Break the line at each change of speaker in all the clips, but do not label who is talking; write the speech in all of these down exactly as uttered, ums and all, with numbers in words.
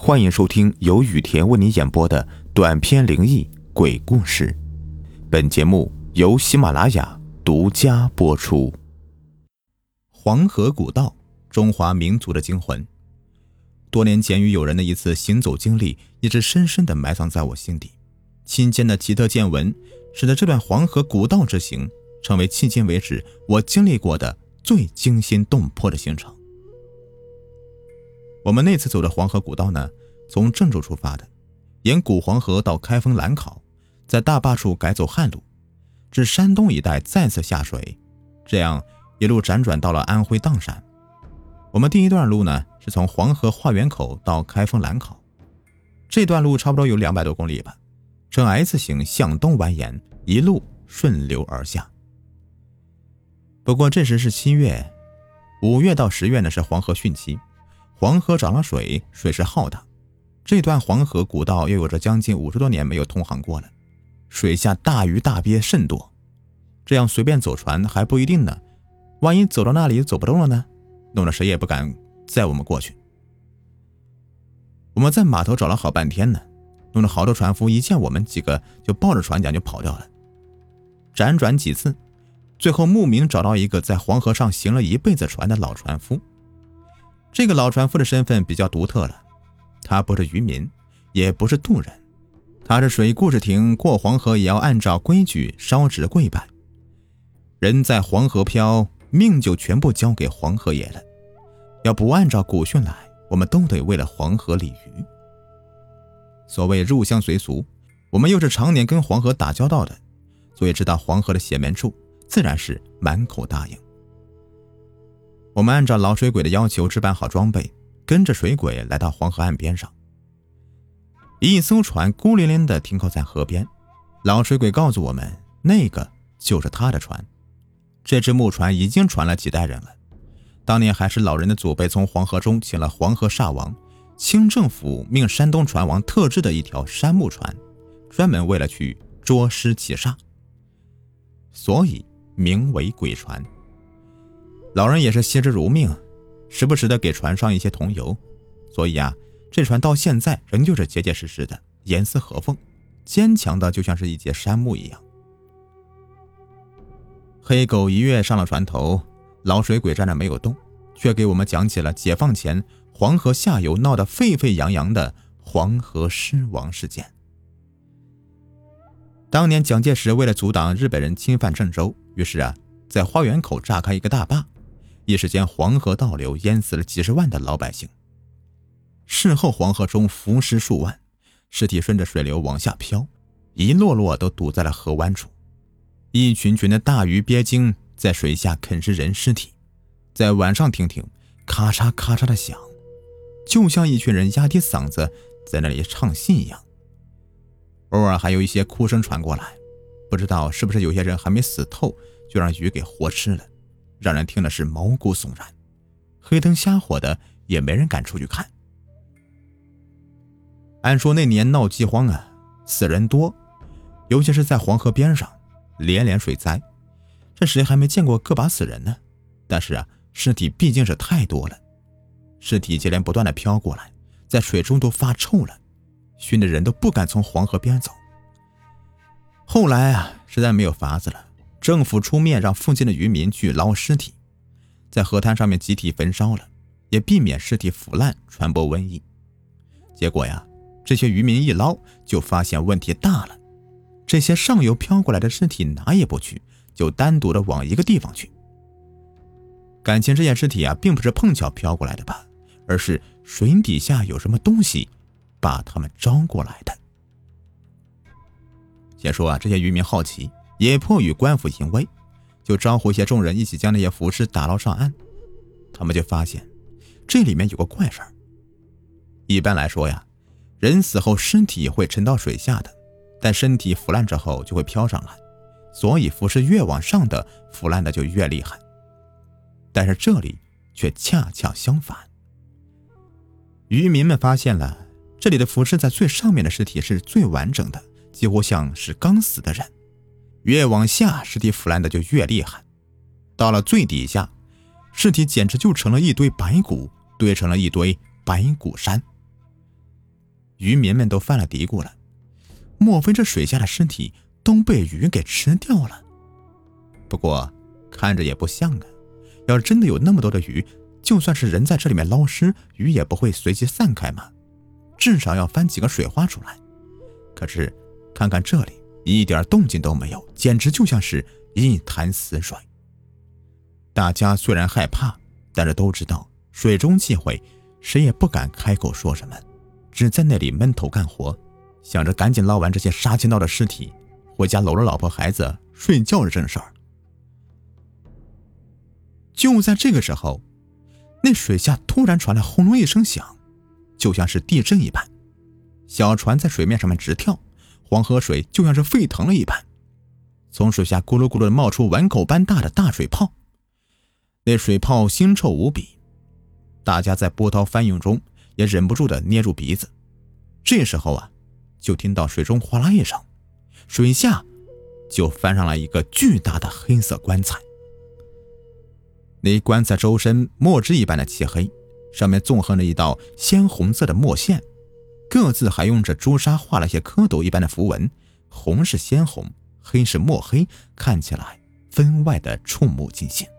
欢迎收听由雨田为你演播的短篇灵异鬼故事。本节目由喜马拉雅独家播出。黄河古道，中华民族的精魂。多年前与友人的一次行走经历，一直深深地埋葬在我心底。亲见的奇特见闻，使得这段黄河古道之行成为迄今为止我经历过的最惊心动魄的行程。我们那次走的黄河古道呢，从郑州出发的，沿古黄河到开封兰考，在大坝处改走旱路，至山东一带再次下水，这样一路辗转到了安徽砀山。我们第一段路呢，是从黄河化源口到开封兰考，这段路差不多有两百多公里吧，呈 S 型向东蜿蜒，一路顺流而下。不过这时是七月，五月到十月呢是黄河汛期，黄河涨了水，水势浩大，这段黄河古道又有着将近五十多年没有通航过了，水下大鱼大鳖甚多，这样随便走船还不一定呢，万一走到那里走不动了呢，弄得谁也不敢载我们过去。我们在码头找了好半天呢，弄得好多船夫一见我们几个就抱着船桨就跑掉了。辗转几次，最后慕名找到一个在黄河上行了一辈子船的老船夫。这个老船夫的身份比较独特了，他不是渔民，也不是渡人，他是水故事亭过黄河也要按照规矩烧纸跪拜。人在黄河漂，命就全部交给黄河爷了，要不按照古训来，我们都得为了黄河鲤鱼。所谓入乡随俗，我们又是常年跟黄河打交道的，所以知道黄河的邪门处，自然是满口答应。我们按照老水鬼的要求置办好装备，跟着水鬼来到黄河岸边上。一艘船孤零零地停靠在河边，老水鬼告诉我们，那个就是他的船。这只木船已经传了几代人了，当年还是老人的祖辈从黄河中请了黄河煞王，清政府命山东船王特制的一条杉木船，专门为了去捉尸起煞，所以名为鬼船。老人也是惜之如命，时不时的给船上一些桐油，所以啊，这船到现在仍旧是结结实实的，严丝合缝，坚强的就像是一截杉木一样。黑狗一跃上了船头，老水鬼站着没有动，却给我们讲起了解放前黄河下游闹得沸沸扬扬的黄河狮王事件。当年蒋介石为了阻挡日本人侵犯郑州，于是啊，在花园口炸开一个大坝，一时间黄河倒流，淹死了几十万的老百姓。事后黄河中浮尸数万，尸体顺着水流往下飘，一落落都堵在了河湾处。一群群的大鱼鳖精在水下啃食人尸体，在晚上听听咔嚓咔嚓的响，就像一群人压低嗓子在那里唱戏一样。偶尔还有一些哭声传过来，不知道是不是有些人还没死透就让鱼给活吃了，让人听的是毛骨悚然，黑灯瞎火的也没人敢出去看。按说那年闹饥荒啊，死人多，尤其是在黄河边上，连连水灾，这谁还没见过个把死人呢？但是啊，尸体毕竟是太多了，尸体接连不断的飘过来，在水中都发臭了，熏的人都不敢从黄河边走。后来啊，实在没有法子了，政府出面让附近的渔民去捞尸体，在河滩上面集体焚烧了，也避免尸体腐烂传播瘟疫。结果呀，这些渔民一捞就发现问题大了，这些上游飘过来的尸体哪也不去，就单独的往一个地方去。感情这些尸体啊，并不是碰巧飘过来的吧，而是水底下有什么东西把他们招过来的。先说啊，这些渔民好奇，也迫于官府淫威，就招呼一些众人一起将那些浮尸打捞上岸。他们就发现这里面有个怪事儿。一般来说呀，人死后身体会沉到水下的，但身体腐烂之后就会飘上来，所以浮尸越往上的腐烂的就越厉害。但是这里却恰恰相反，渔民们发现了这里的浮尸在最上面的尸体是最完整的，几乎像是刚死的人，越往下尸体腐烂的就越厉害，到了最底下，尸体简直就成了一堆白骨，堆成了一堆白骨山。 渔民们都犯了嘀咕了，莫非这水下的尸体都被鱼给吃掉了？不过看着也不像啊，要真的有那么多的鱼，就算是人在这里面捞尸，鱼也不会随即散开嘛，至少要翻几个水花出来。可是看看这里，一点动静都没有，简直就像是一潭死水。大家虽然害怕，但是都知道水中忌讳，谁也不敢开口说什么，只在那里闷头干活，想着赶紧捞完这些杀千刀的尸体，回家搂着老婆孩子睡觉是正事儿。就在这个时候，那水下突然传来轰隆一声响，就像是地震一般，小船在水面上面直跳，黄河水就像是沸腾了一般，从水下咕噜咕噜地冒出碗口般大的大水泡，那水泡腥臭无比，大家在波涛翻涌中也忍不住地捏住鼻子。这时候啊，就听到水中哗啦一声，水下就翻上来一个巨大的黑色棺材。那棺材周身墨汁一般的漆黑，上面纵横着一道鲜红色的墨线，各自还用着朱砂画了些蝌蚪一般的符文，红是鲜红，黑是墨黑，看起来分外的触目惊心。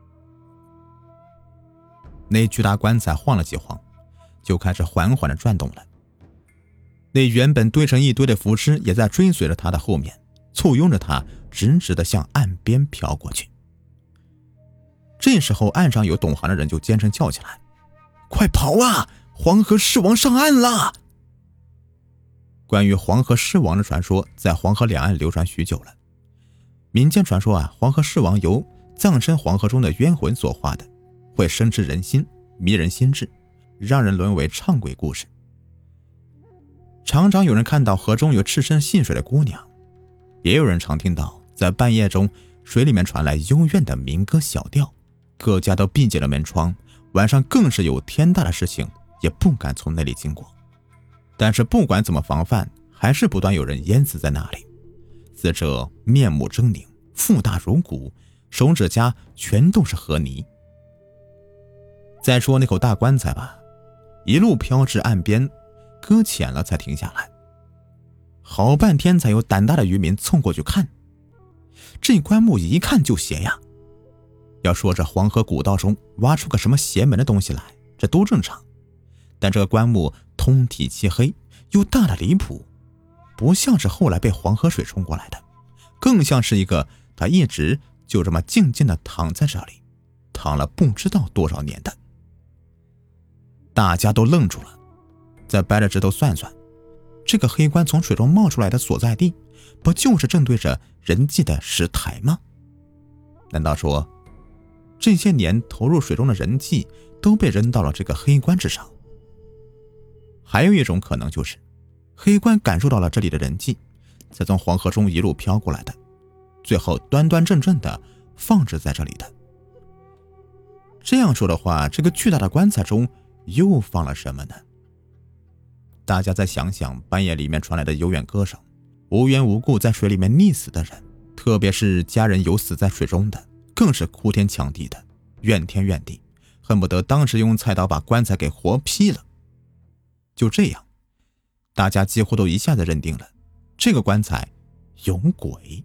那巨大棺材晃了几晃，就开始缓缓地转动了。那原本堆成一堆的浮尸也在追随着他的后面，簇拥着他直直地向岸边飘过去。这时候岸上有懂行的人就尖声叫起来：快跑啊，黄河狮王上岸了！关于黄河狮王的传说在黄河两岸流传许久了。民间传说啊，黄河狮王由葬身黄河中的冤魂所化的，会深知人心，迷人心智，让人沦为唱鬼故事。常常有人看到河中有赤身戏水的姑娘，也有人常听到在半夜中水里面传来幽怨的民歌小调，各家都闭紧了门窗，晚上更是有天大的事情也不敢从那里经过。但是不管怎么防范，还是不断有人淹死在那里，死者面目狰狞，腹大如鼓，手指甲全都是河泥。再说那口大棺材吧，一路飘至岸边，搁浅了才停下来。好半天才有胆大的渔民凑过去看，这棺木一看就邪呀。要说这黄河古道中挖出个什么邪门的东西来，这都正常，但这个棺木通体漆黑，又大得离谱，不像是后来被黄河水冲过来的，更像是一个他一直就这么静静地躺在这里，躺了不知道多少年的。大家都愣住了，再掰着指头算算，这个黑棺从水中冒出来的所在地，不就是正对着人祭的石台吗？难道说这些年投入水中的人祭都被扔到了这个黑棺之上？还有一种可能就是，黑棺感受到了这里的人祭，才从黄河中一路飘过来的，最后端端正正的放置在这里的。这样说的话，这个巨大的棺材中又放了什么呢？大家再想想半夜里面传来的幽怨歌声，无缘无故在水里面溺死的人，特别是家人有死在水中的，更是哭天抢地的，怨天怨地，恨不得当时用菜刀把棺材给活劈了。就这样，大家几乎都一下子认定了这个棺材有鬼。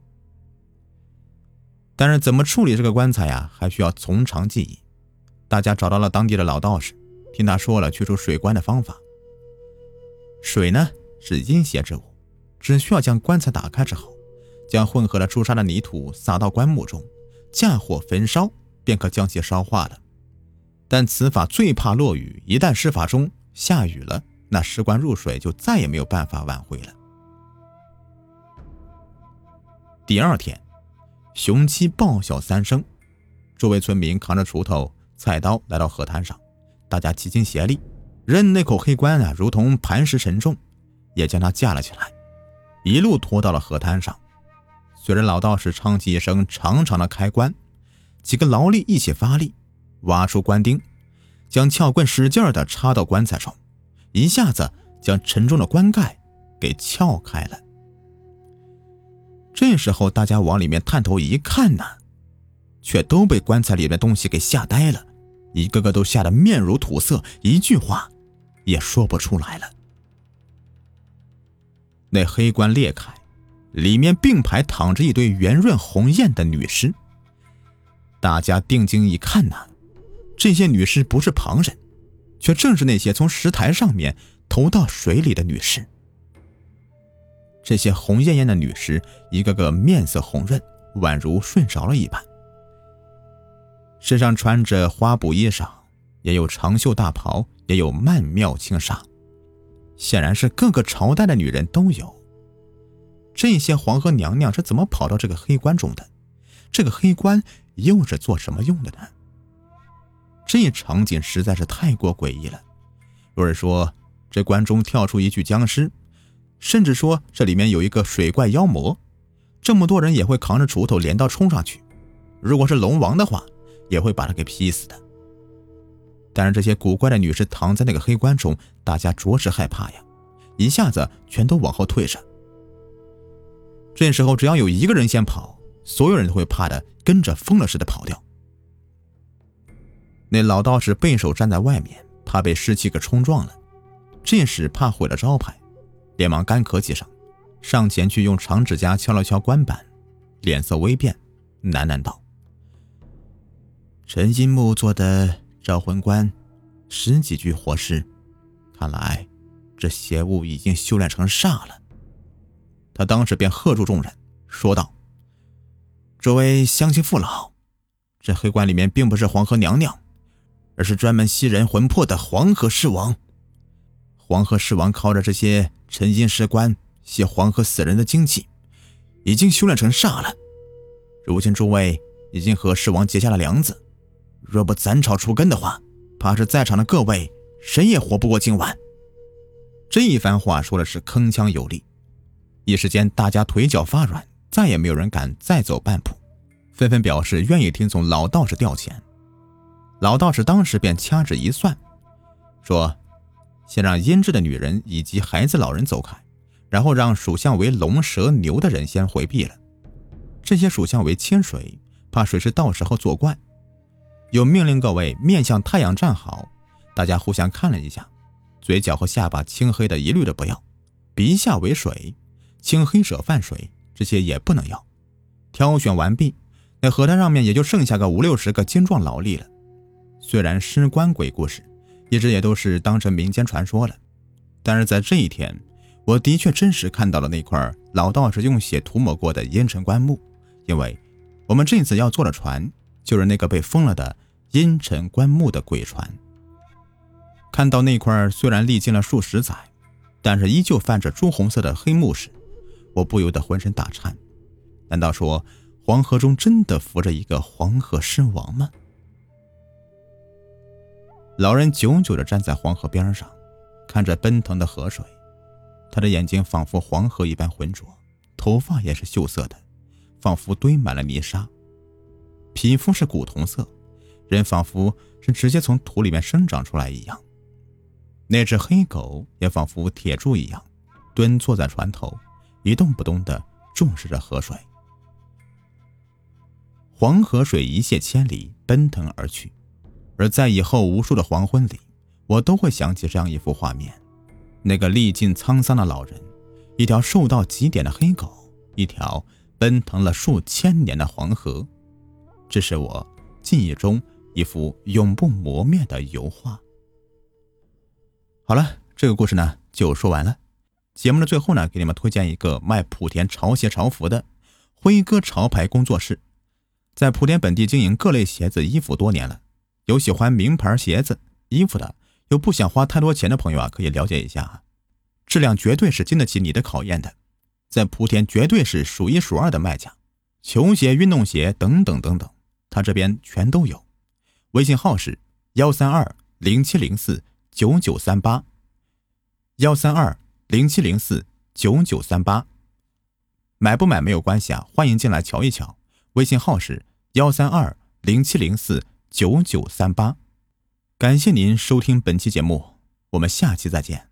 但是怎么处理这个棺材呀，还需要从长计议。大家找到了当地的老道士，听他说了去除水棺的方法。水呢是阴邪之物，只需要将棺材打开之后，将混合了朱砂的泥土撒到棺木中，架火焚烧，便可将其烧化了。但此法最怕落雨，一旦施法中下雨了，那尸棺入水就再也没有办法挽回了。第二天，雄鸡报晓三声，诸位村民扛着锄头菜刀来到河滩上，大家齐心协力，任那口黑棺啊如同磐石沉重，也将它架了起来，一路拖到了河滩上。随着老道士唱起一声长长的开棺，几个劳力一起发力，挖出棺钉，将撬棍使劲地插到棺材中，一下子将沉重的棺盖给撬开了。这时候大家往里面探头一看呢，却都被棺材里的东西给吓呆了，一个个都吓得面如土色，一句话也说不出来了。 那黑棺裂开，里面并排躺着一堆圆润红艳的女尸。大家定睛一看呐、啊，这些女尸不是旁人，却正是那些从石台上面投到水里的女尸。这些红艳艳的女尸一个个面色红润，宛如睡着了一般，身上穿着花布衣裳，也有长袖大袍，也有曼妙轻纱，显然是各个朝代的女人都有。这些黄河娘娘是怎么跑到这个黑棺中的？这个黑棺又是做什么用的呢？这一场景实在是太过诡异了。有人说这棺中跳出一具僵尸，甚至说这里面有一个水怪妖魔，这么多人也会扛着锄头镰刀冲上去，如果是龙王的话也会把他给劈死的。但是这些古怪的女尸躺在那个黑棺中，大家着实害怕呀，一下子全都往后退着。这时候只要有一个人先跑，所有人都会怕的跟着疯了似的跑掉。那老道士背手站在外面，怕被尸气给冲撞了，这时怕毁了招牌，连忙干咳几声，上前去用长指甲敲了敲棺板，脸色微变，喃喃道：陈金木做的招魂棺，十几具活尸，看来这邪物已经修炼成煞了。他当时便喝住众人，说道：诸位乡亲父老，这黑棺里面并不是黄河娘娘，而是专门吸人魂魄的黄河尸王。黄河尸王靠着这些沉金石棺吸黄河死人的精气，已经修炼成煞了。如今诸位已经和尸王结下了梁子，若不斩草除根的话，怕是在场的各位谁也活不过今晚。这一番话说的是铿锵有力，一时间大家腿脚发软，再也没有人敢再走半步，纷纷表示愿意听从老道士调遣。老道士当时便掐指一算，说先让阴质的女人以及孩子老人走开，然后让属相为龙蛇牛的人先回避了。这些属相为清水，怕水势到时候作怪，又命令各位面向太阳站好。大家互相看了一下，嘴角和下巴青黑的一律的不要，鼻下为水，青黑者犯水，这些也不能要。挑选完毕，那河滩上面也就剩下个五六十个精壮劳力了。虽然尸棺鬼故事一直也都是当成民间传说了，但是在这一天，我的确真实看到了那块老道士用血涂抹过的阴沉棺木。因为我们这次要坐的船就是那个被封了的阴沉棺木的鬼船。看到那块虽然历经了数十载，但是依旧泛着朱红色的黑木时，我不由得浑身打颤。难道说黄河中真的浮着一个黄河尸王吗？老人久久地站在黄河边上，看着奔腾的河水，他的眼睛仿佛黄河一般浑浊，头发也是锈色的，仿佛堆满了泥沙，皮肤是古铜色，人仿佛是直接从土里面生长出来一样。那只黑狗也仿佛铁柱一样，蹲坐在船头，一动不动地注视着河水。黄河水一泻千里，奔腾而去，而在以后无数的黄昏里，我都会想起这样一幅画面：那个历尽沧桑的老人，一条瘦到极点的黑狗，一条奔腾了数千年的黄河。这是我记忆中一幅永不磨灭的油画。好了，这个故事呢就说完了。节目的最后呢，给你们推荐一个卖莆田潮鞋潮服的辉哥潮牌工作室。在莆田本地经营各类鞋子衣服多年了，有喜欢名牌鞋子衣服的，有不想花太多钱的朋友啊，可以了解一下啊，质量绝对是经得起你的考验的，在莆田绝对是数一数二的卖家，球鞋、运动鞋等等等等，他这边全都有。微信号是一三二零七零四九九三八，一三二零七零四九九三八。买不买没有关系啊，欢迎进来瞧一瞧。微信号是一三二零七零四九九三八。感谢您收听本期节目，我们下期再见。